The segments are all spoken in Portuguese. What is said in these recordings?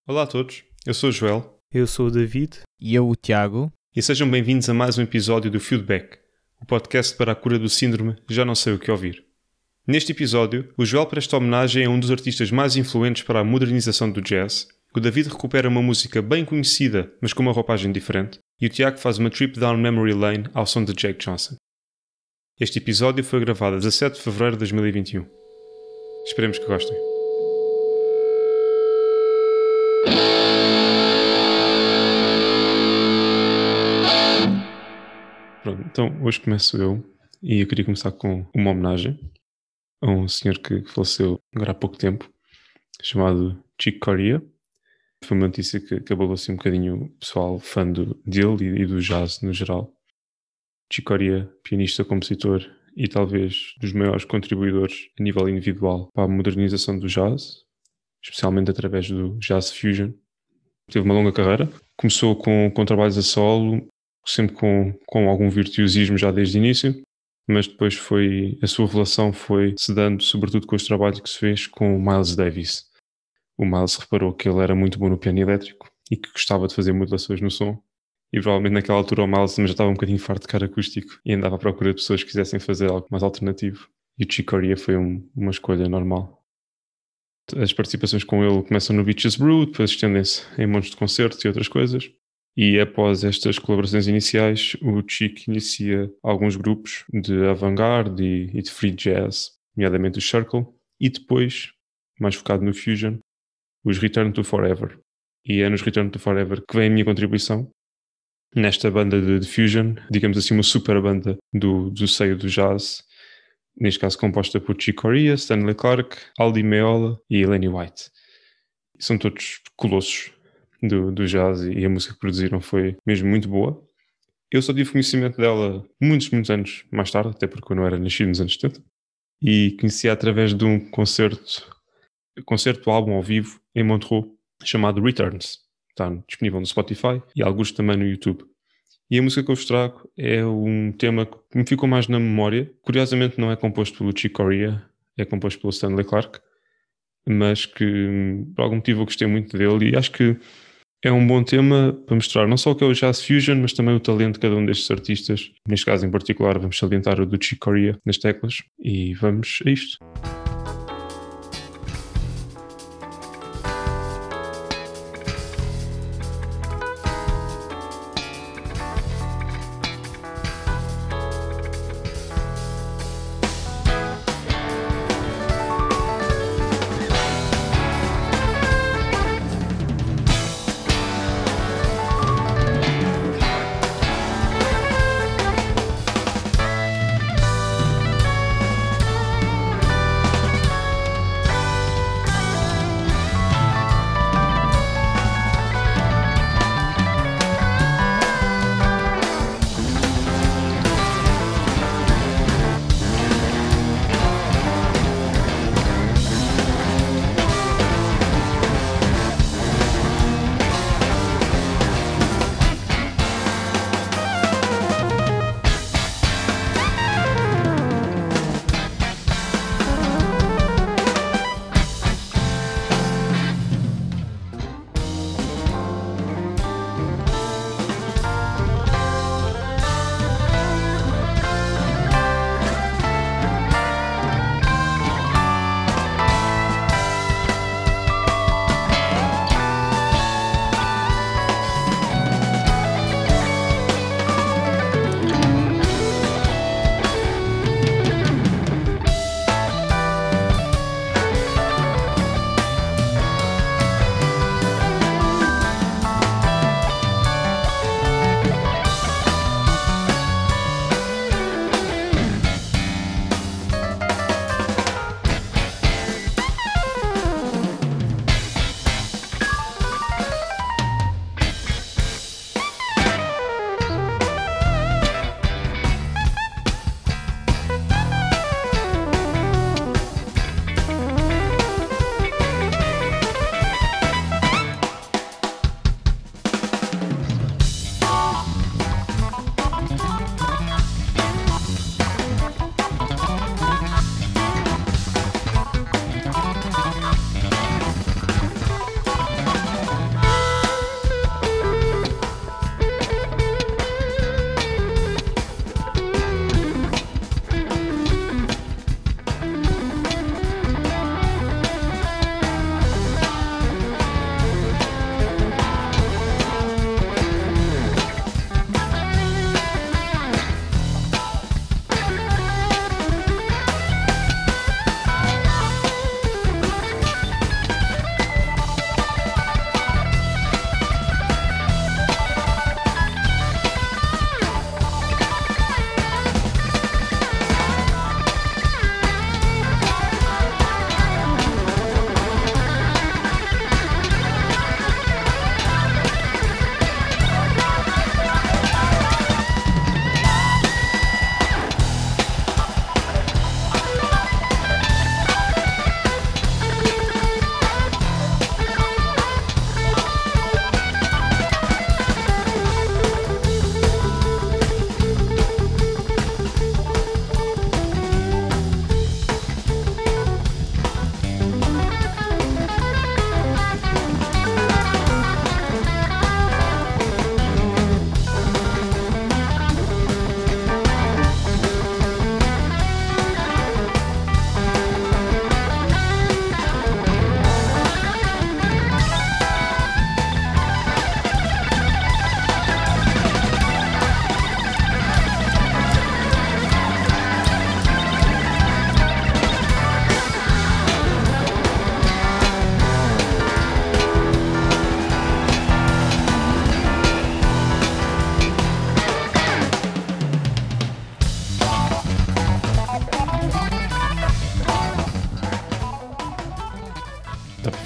Olá a todos, eu sou o Joel. Eu sou o David. E eu, o Tiago. E sejam bem-vindos a mais um episódio do Feedback, o podcast para a cura do síndrome Já Não Sei O Que Ouvir. Neste episódio, o Joel presta homenagem a um dos artistas mais influentes para a modernização do jazz, o David recupera uma música bem conhecida, mas com uma roupagem diferente, e o Tiago faz uma trip down memory lane ao som de Jake Johnson. Este episódio foi gravado a 17 de fevereiro de 2021. Esperemos que gostem. Pronto, então hoje começo eu e eu queria começar com uma homenagem a um senhor que faleceu agora há pouco tempo, chamado Chick Corea. Foi uma notícia que abalou assim um bocadinho o pessoal fã dele e do jazz no geral. Chick Corea, pianista, compositor e talvez dos maiores contribuidores a nível individual para a modernização do jazz, especialmente através do jazz fusion. Teve uma longa carreira, começou com trabalhos a solo, sempre com algum virtuosismo já desde o início, mas depois a sua revelação foi se dando sobretudo com os trabalhos que se fez com o Miles Davis. O Miles reparou que ele era muito bom no piano elétrico e que gostava de fazer modulações no som, e provavelmente naquela altura o Miles também já estava um bocadinho farto de cara acústico e andava à procura de pessoas que quisessem fazer algo mais alternativo, e o Chick Corea foi uma escolha normal. As participações com ele começam no Beaches Brew, depois estendem-se em montes de concertos e outras coisas. E após estas colaborações iniciais, o Chick inicia alguns grupos de avant-garde e de free jazz, nomeadamente o Circle, e depois, mais focado no fusion, os Return to Forever. E é nos Return to Forever que vem a minha contribuição nesta banda de fusion, digamos assim uma super banda do seio do jazz, neste caso composta por Chick Corea, Stanley Clarke, Aldi Meola e Lenny White. São todos colossos do jazz e a música que produziram foi mesmo muito boa. Eu só tive conhecimento dela muitos anos mais tarde, até porque eu não era nascido nos anos 70, e conhecia através de um concerto álbum ao vivo em Montreux, chamado Returns. Está disponível no Spotify e alguns também no YouTube. E a música que eu vos trago é um tema que me ficou mais na memória. Curiosamente não é composto pelo Chick Corea, é composto pelo Stanley Clarke, mas que por algum motivo eu gostei muito dele e acho que é um bom tema para mostrar não só o que é o Jazz Fusion, mas também o talento de cada um destes artistas. Neste caso em particular vamos salientar o do Chick Corea nas teclas e vamos a isto.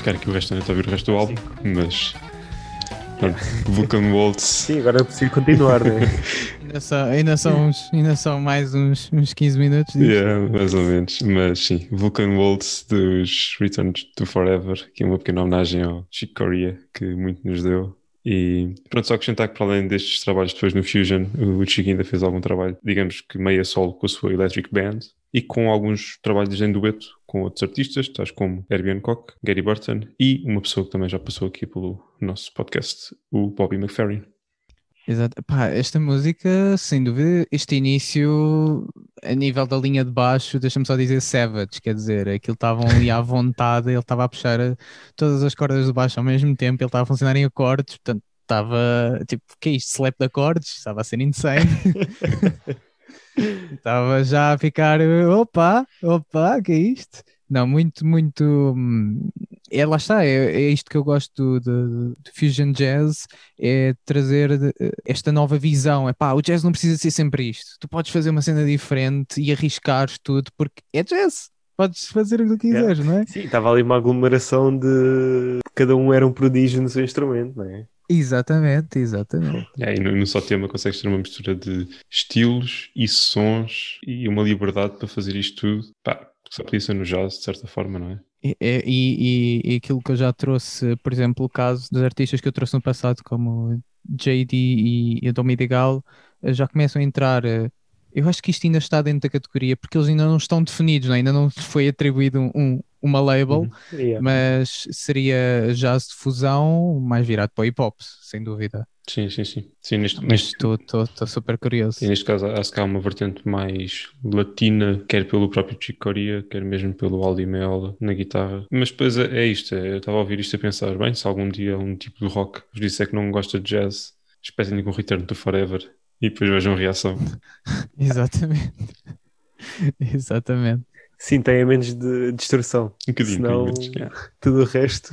ficar aqui o resto da noite a ouvir o resto do álbum, mas pronto, Vulcan Waltz. Sim, agora eu preciso continuar, né? ainda são mais uns 15 minutos disto. Yeah, mais ou menos, mas sim, Vulcan Waltz dos Return to Forever, que é uma pequena homenagem ao Chick Corea, que muito nos deu. E pronto, só acrescentar que para além destes trabalhos depois no Fusion, o Chick ainda fez algum trabalho, digamos que meio a solo com a sua Electric Band e com alguns trabalhos em dueto com outros artistas, tais como Herbie Hancock, Gary Burton e uma pessoa que também já passou aqui pelo nosso podcast, o Bobby McFerrin. Exato. Pá, esta música, sem dúvida, este início a nível da linha de baixo, deixa-me só dizer Savage, quer dizer, aquilo estavam ali à vontade, ele estava a puxar todas as cordas do baixo ao mesmo tempo, ele estava a funcionar em acordes, portanto estava tipo, o que é isto? Slap de acordes? Estava a ser insane. Estava já a ficar, opa, o que é isto? Não, muito. Lá está, é isto que eu gosto de Fusion Jazz, é trazer esta nova visão. Pá, o jazz não precisa ser sempre isto. Tu podes fazer uma cena diferente e arriscar tudo, porque é jazz. Podes fazer o que quiseres, não é? Sim, estava ali uma aglomeração de cada um era um prodígio no seu instrumento, não é? Exatamente. E no só tema consegues ter uma mistura de estilos e sons e uma liberdade para fazer isto tudo. Pá, só podia ser no jazz, de certa forma, não é? E aquilo que eu já trouxe, por exemplo, o caso dos artistas que eu trouxe no passado, como JD e Domi Degal, já começam a entrar. Eu acho que isto ainda está dentro da categoria, porque eles ainda não estão definidos, não é? Ainda não foi atribuído uma label, mas seria jazz de fusão mais virado para o hip hop, sem dúvida. Sim. Estou super curioso. E neste caso acho que há uma vertente mais latina, quer pelo próprio Chick Corea, quer mesmo pelo Aldi Meola na guitarra. Mas depois é isto, eu estava a ouvir isto a pensar, bem, se algum dia um tipo de rock vos disser que não gosta de jazz, espetem com Return to Forever e depois vejam a reação. Exatamente. Sim, tem a menos de distorção. Um bocadinho, senão tudo o resto.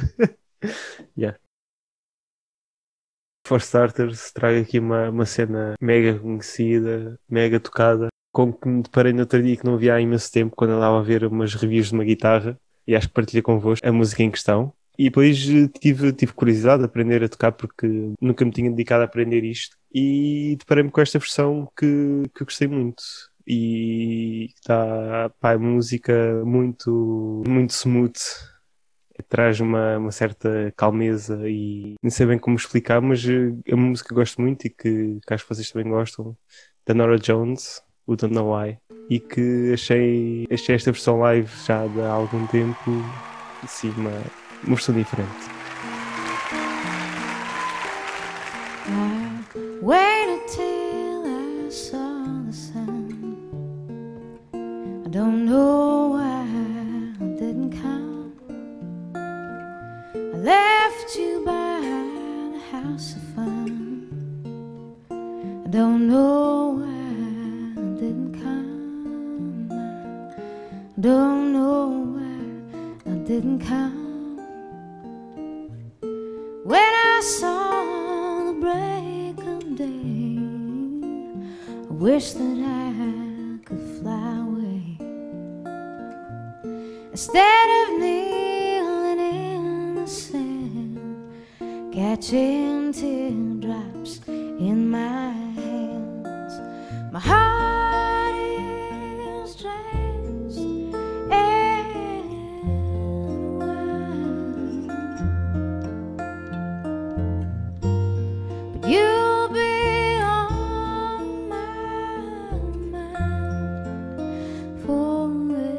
For starters, trago aqui uma cena mega conhecida, mega tocada, com que me deparei no outro dia que não havia há imenso tempo, quando andava a ver umas reviews de uma guitarra, e acho que partilhei convosco a música em questão. E depois tive curiosidade de aprender a tocar, porque nunca me tinha dedicado a aprender isto, e deparei-me com esta versão que eu gostei muito. E está, pá, é música muito smooth, traz uma certa calmeza e não sei bem como explicar, mas é uma música que gosto muito e que acho que vocês também gostam, da Norah Jones, o Don't Know Why, e que achei esta versão live já de há algum tempo, assim, uma versão diferente. Waited till I saw the sun. I don't know why I didn't come. I left you by the house of fun. I don't know why I didn't come. I don't know why I didn't come. When I saw the break of day, I wish that I could fly away. Instead of kneeling in the sand, catching teardrops in my hands, my heart is drenched in wine, but you'll be on my mind forever.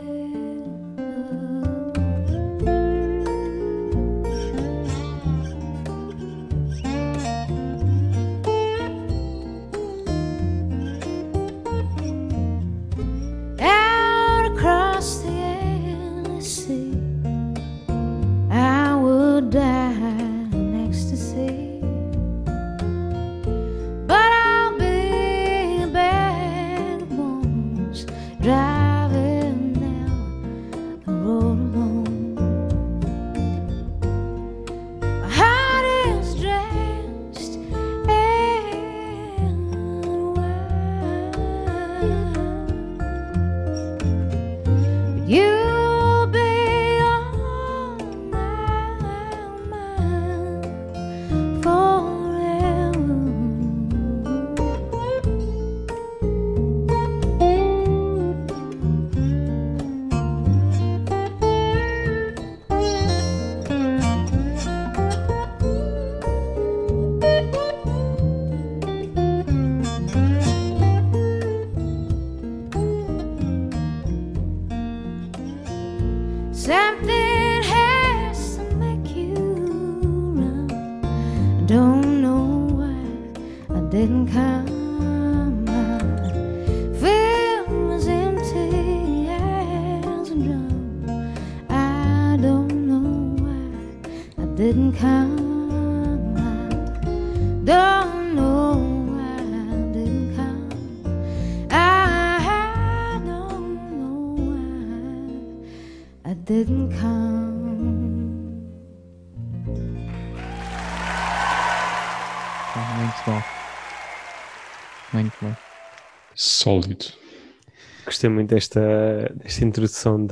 Don't know why I didn't come. My field was empty as a drum. I don't know why I didn't come. I don't know why I didn't come. I don't know why I didn't come. Muito bom. Muito bom. Sólido. Gostei muito desta introdução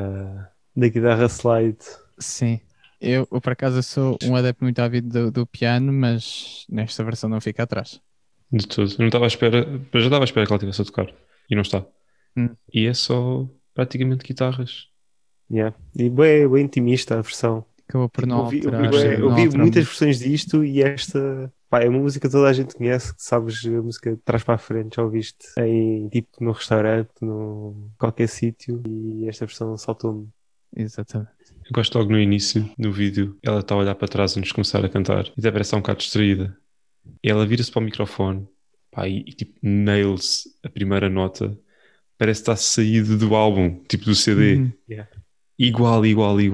da guitarra slide. Sim. Eu por acaso sou um adepto muito ávido do piano, mas nesta versão não fica atrás. De tudo. Eu não estava à espera. Eu já estava à espera que ela estivesse a tocar. E não está. E é só praticamente guitarras. Yeah. E bem intimista a versão. Acabou por não Ouvi, alterar. eu não vi alterar muitas muito. versões disto e esta pá, é uma música que toda a gente conhece, que sabes a música de trás para a frente, já ouviste em tipo no restaurante, no qualquer sítio e esta versão saltou-me. Exatamente. Eu gosto logo no início, no vídeo, ela está a olhar para trás antes de começar a cantar. E até parece estar um bocado distraída. E ela vira-se para o microfone, pá, e tipo nails a primeira nota. Parece estar saído do álbum, tipo do CD. Uhum. Yeah. Igual.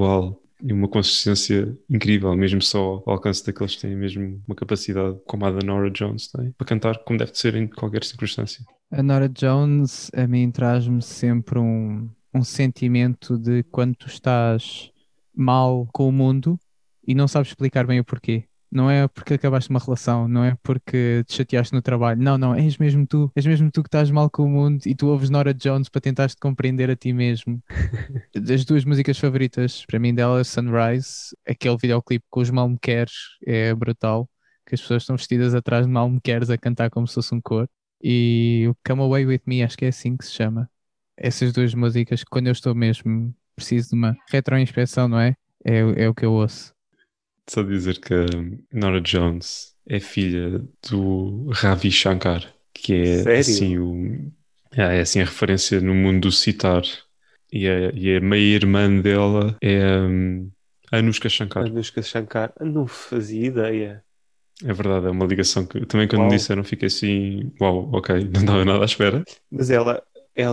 E uma consistência incrível, mesmo só ao alcance daqueles que têm mesmo uma capacidade como a da Norah Jones tem, para cantar como deve de ser em qualquer circunstância. A Norah Jones a mim traz-me sempre um sentimento de quando tu estás mal com o mundo e não sabes explicar bem o porquê. Não é porque acabaste uma relação, não é porque te chateaste no trabalho. Não, és mesmo tu que estás mal com o mundo e tu ouves Norah Jones para tentares te compreender a ti mesmo. Das duas músicas favoritas para mim dela é Sunrise, aquele videoclipe com os Mal Me Queres é brutal, que as pessoas estão vestidas atrás de Mal Me Queres a cantar como se fosse um coro. E o Come Away With Me, acho que é assim que se chama. Essas duas músicas, quando eu estou mesmo preciso de uma retroinspeção, não é? É o que eu ouço. Só dizer que a Norah Jones é filha do Ravi Shankar, que é Sério? assim é assim a referência no mundo do sitar. E a meia-irmã dela é Anushka Shankar. Anushka Shankar, não fazia ideia. É verdade, é uma ligação que também quando Uau. me disseram fiquei assim, uau, ok, não estava nada à espera. Mas ela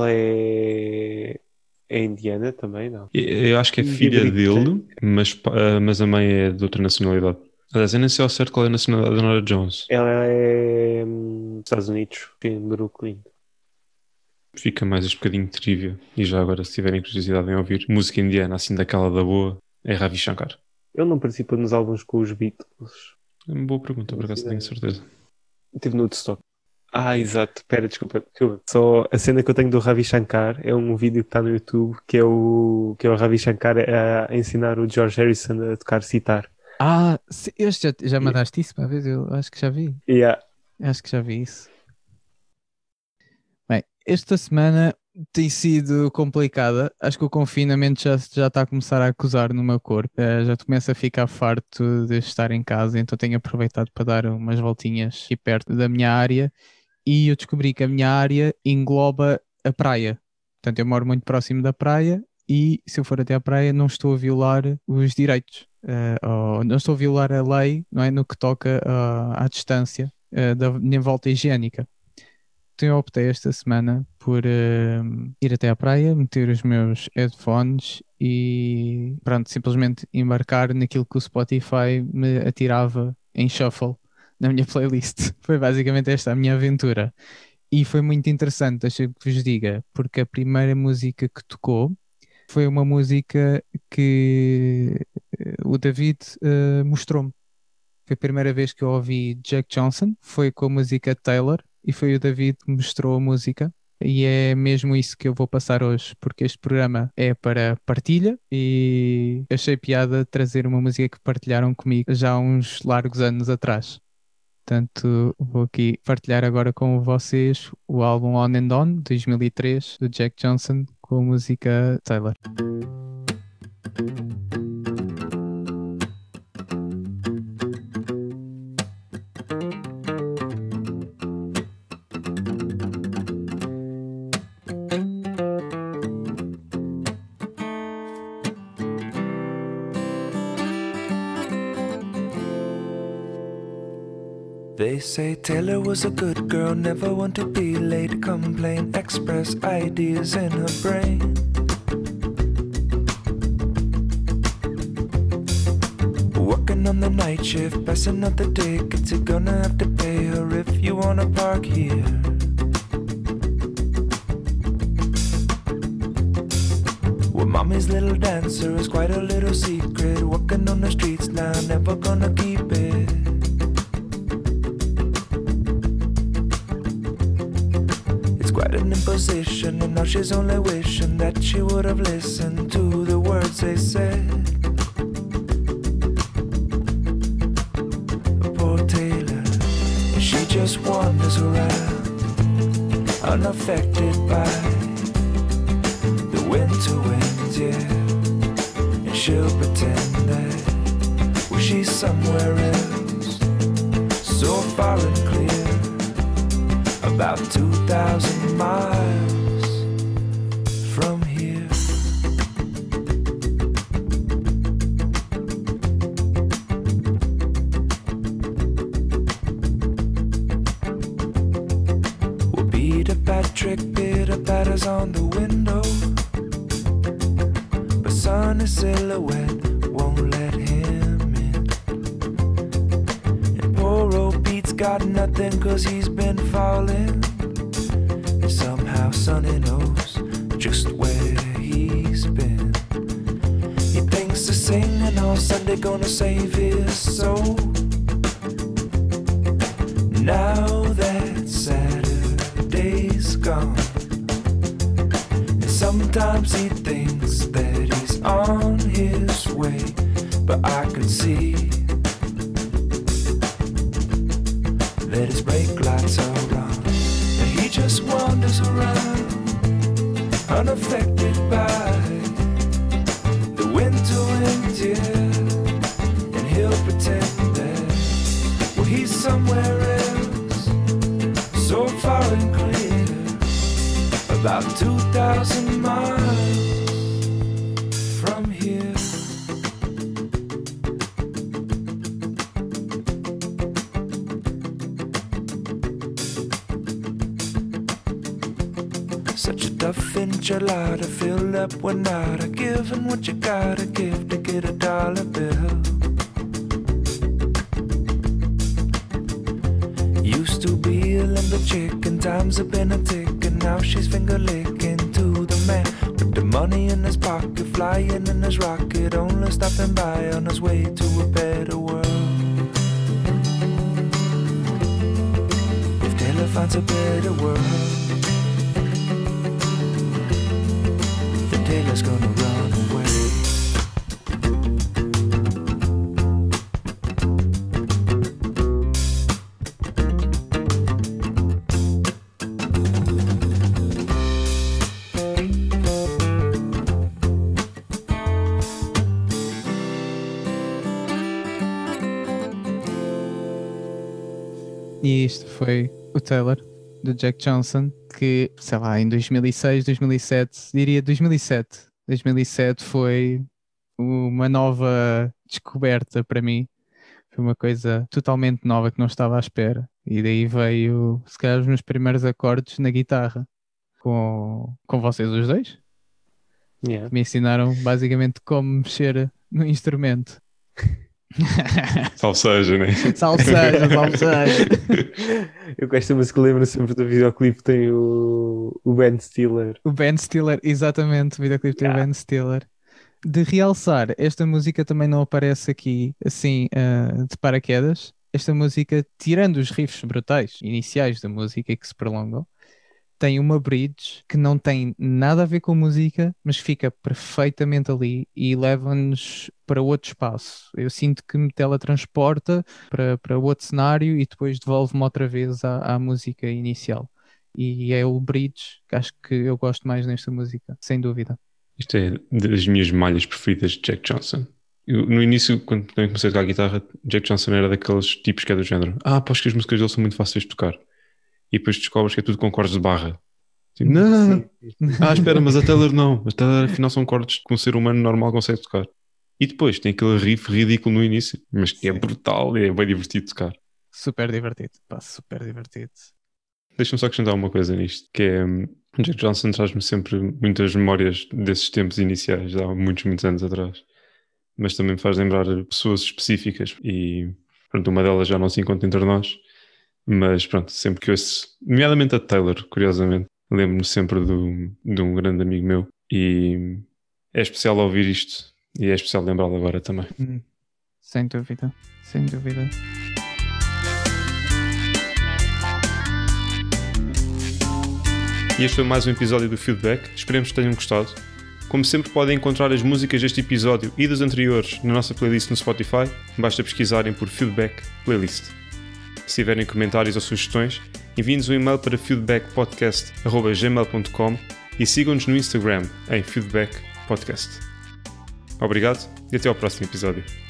é indiana também, não? Eu acho que é E filha britânica. dele, mas a mãe é de outra nacionalidade. Aliás, eu nem sei ao certo qual é a nacionalidade da Norah Jones. Ela é dos Estados Unidos, em Brooklyn. Fica mais este bocadinho de trivia. E já agora, se tiverem curiosidade em ouvir música indiana, assim daquela da boa, é Ravi Shankar. Ele não participa nos álbuns com os Beatles. É uma boa pergunta, por Não acaso sei. tenho certeza. Teve no Woodstock. Exato. Pera, desculpa. Só a cena que eu tenho do Ravi Shankar é um vídeo que está no YouTube que é o Ravi Shankar a ensinar o George Harrison a tocar sitar. Já mandaste isso uma vez? Eu acho que já vi. Yeah. Acho que já vi isso. Bem, esta semana tem sido complicada. Acho que o confinamento já está a começar a acusar no meu corpo. Já começo a ficar farto de estar em casa, então tenho aproveitado para dar umas voltinhas aqui perto da minha área e eu descobri que a minha área engloba a praia. Portanto, eu moro muito próximo da praia e se eu for até à praia não estou a violar os direitos. Ou não estou a violar a lei, não é? No que toca à distância da minha volta higiênica. Então eu optei esta semana por ir até à praia, meter os meus headphones e pronto, simplesmente embarcar naquilo que o Spotify me atirava em shuffle na minha playlist. Foi basicamente esta a minha aventura. E foi muito interessante, deixa que vos diga, porque a primeira música que tocou foi uma música que o David mostrou-me. Foi a primeira vez que eu ouvi Jack Johnson, foi com a música Taylor, e foi o David que me mostrou a música. E é mesmo isso que eu vou passar hoje, porque este programa é para partilha e achei piada trazer uma música que partilharam comigo já há uns largos anos atrás. Portanto, vou aqui partilhar agora com vocês o álbum On and On, 2003, do Jack Johnson, com a música Taylor. They say Taylor was a good girl, never one to be late, complain, express ideas in her brain. Working on the night shift, passing out the tickets, you're gonna have to pay her if you wanna park here. Well, mommy's little dancer is quite a little secret, walking on the streets now, never gonna keep it. Quite an imposition, and now she's only wishing that she would have listened to the words they said. Poor Taylor, she just wanders around, unaffected by the winter winds, yeah. And she'll pretend that, well, she's somewhere else, so far and clear, about 2,000 miles from here. We'll beat a Patrick, bitter batters on the window, but sunny silhouette won't let him in. And poor old Pete's got nothing 'cause he's been falling. And somehow Sonny knows just where he's been. He thinks the singing on Sunday gonna save his soul. Now that Saturday's gone, and sometimes he thinks that he's on his way, but I could see that his brake lights are on, and he just wanders around, unaffected by the winter winds, yeah. And he'll pretend that, well, he's somewhere else, so far and clear, about 2,000 miles from here. Such a tough enchilada filled up with nada, giving what you gotta give to get a dollar bill. Used to be a limber chick, and times have been a tick, and now she's finger licking to the man with the money in his pocket, flying in his rocket, only stopping by on his way to a better world. If Taylor finds a better world, Taylor's gonna run away. E isto foi o Taylor, do Jack Johnson, que, sei lá, em 2006, 2007, diria 2007. 2007 foi uma nova descoberta para mim. Foi uma coisa totalmente nova que não estava à espera. E daí veio, se calhar, os meus primeiros acordes na guitarra. Com vocês os dois. Yeah. Me ensinaram basicamente como mexer no instrumento. Salve seja, né? Salve seja, salve seja. Eu com esta música lembro sempre do videoclipe, tem o Ben Stiller. O Ben Stiller, exatamente, o videoclipe tem o Ben Stiller. De realçar, esta música também não aparece aqui assim de paraquedas. Esta música, tirando os riffs brutais iniciais da música que se prolongam, tem uma bridge que não tem nada a ver com música, mas fica perfeitamente ali e leva-nos para outro espaço. Eu sinto que me teletransporta para outro cenário e depois devolve-me outra vez à música inicial. E é o bridge que acho que eu gosto mais nesta música, sem dúvida. Isto é das minhas malhas preferidas de Jack Johnson. No início, quando também comecei a tocar guitarra, Jack Johnson era daqueles tipos que é do género: acho que as músicas dele são muito fáceis de tocar. E depois descobres que é tudo com acordes de barra. Tipo, não! Espera, mas a Taylor não. A Taylor afinal são acordes que um ser humano normal consegue tocar. E depois tem aquele riff ridículo no início, mas que é brutal e é bem divertido de tocar. super divertido. Pá, super divertido. Deixa-me só acrescentar uma coisa nisto, que é Jack Johnson traz-me sempre muitas memórias desses tempos iniciais, há muitos anos atrás. Mas também me faz lembrar pessoas específicas e pronto, uma delas já não se encontra entre nós, mas pronto, sempre que ouço, nomeadamente a Taylor, curiosamente, lembro-me sempre de um grande amigo meu e é especial ouvir isto e é especial lembrá-lo agora também. Sem dúvida, sem dúvida. E este foi mais um episódio do Feedback, esperemos que tenham gostado. Como sempre, podem encontrar as músicas deste episódio e dos anteriores na nossa playlist no Spotify, basta pesquisarem por Feedback Playlist. Se tiverem comentários ou sugestões, enviem-nos um e-mail para feedbackpodcast@gmail.com e sigam-nos no Instagram em Feedback Podcast. Obrigado e até ao próximo episódio.